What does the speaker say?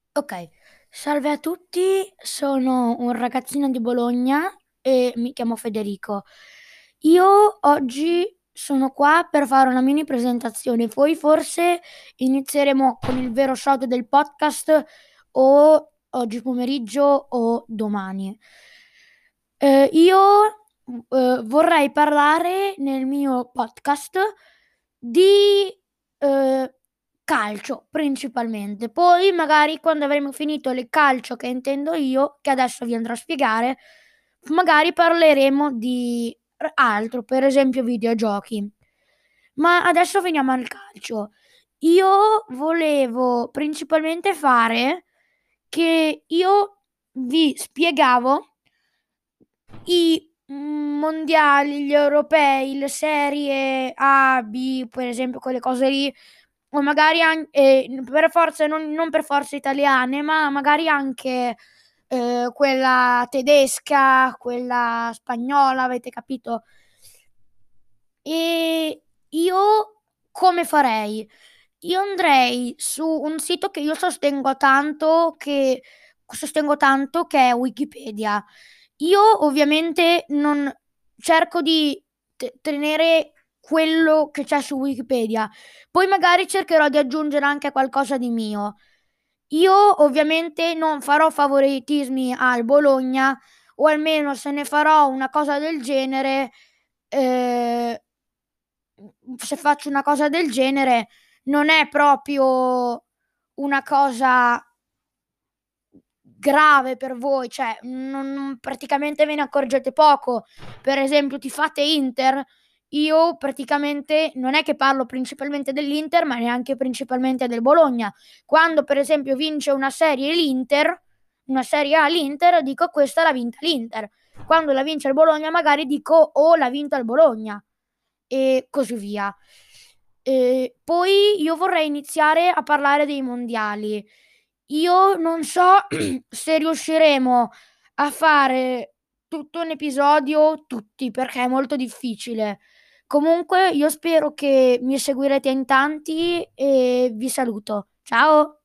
Ok, salve a tutti, sono un ragazzino di Bologna e mi chiamo Federico. Io oggi sono qua per fare una mini presentazione, poi forse inizieremo con il vero show del podcast o oggi pomeriggio o domani. Io vorrei parlare nel mio podcast di calcio principalmente. Poi magari quando avremo finito il calcio che intendo io, che adesso vi andrò a spiegare, magari parleremo di altro, per esempio videogiochi. Ma adesso veniamo al calcio. Io volevo principalmente fare che io vi spiegavo i mondiali, gli europei, le serie A, B, per esempio quelle cose lì, o magari anche per forza, non per forza italiane, ma magari anche quella tedesca, quella spagnola, avete capito? E io come farei? Io andrei su un sito che io sostengo tanto che è Wikipedia. Io ovviamente non cerco di tenere quello che c'è su Wikipedia, poi magari cercherò di aggiungere anche qualcosa di mio. Io ovviamente non farò favoritismi al Bologna, o almeno se ne farò una cosa del genere, eh, se faccio una cosa del genere, non è proprio una cosa grave per voi, cioè praticamente ve ne accorgete poco. Per esempio, tifate Inter, io praticamente non è che parlo principalmente dell'Inter, ma neanche principalmente del Bologna. Quando per esempio vince una serie A l'Inter, dico questa l'ha vinta l'Inter. Quando la vince il Bologna, magari dico oh, l'ha vinta il Bologna e così via. Poi io vorrei iniziare a parlare dei mondiali. Io non so se riusciremo a fare tutto un episodio, tutti, perché è molto difficile. Comunque, io spero che mi seguirete in tanti e vi saluto. Ciao!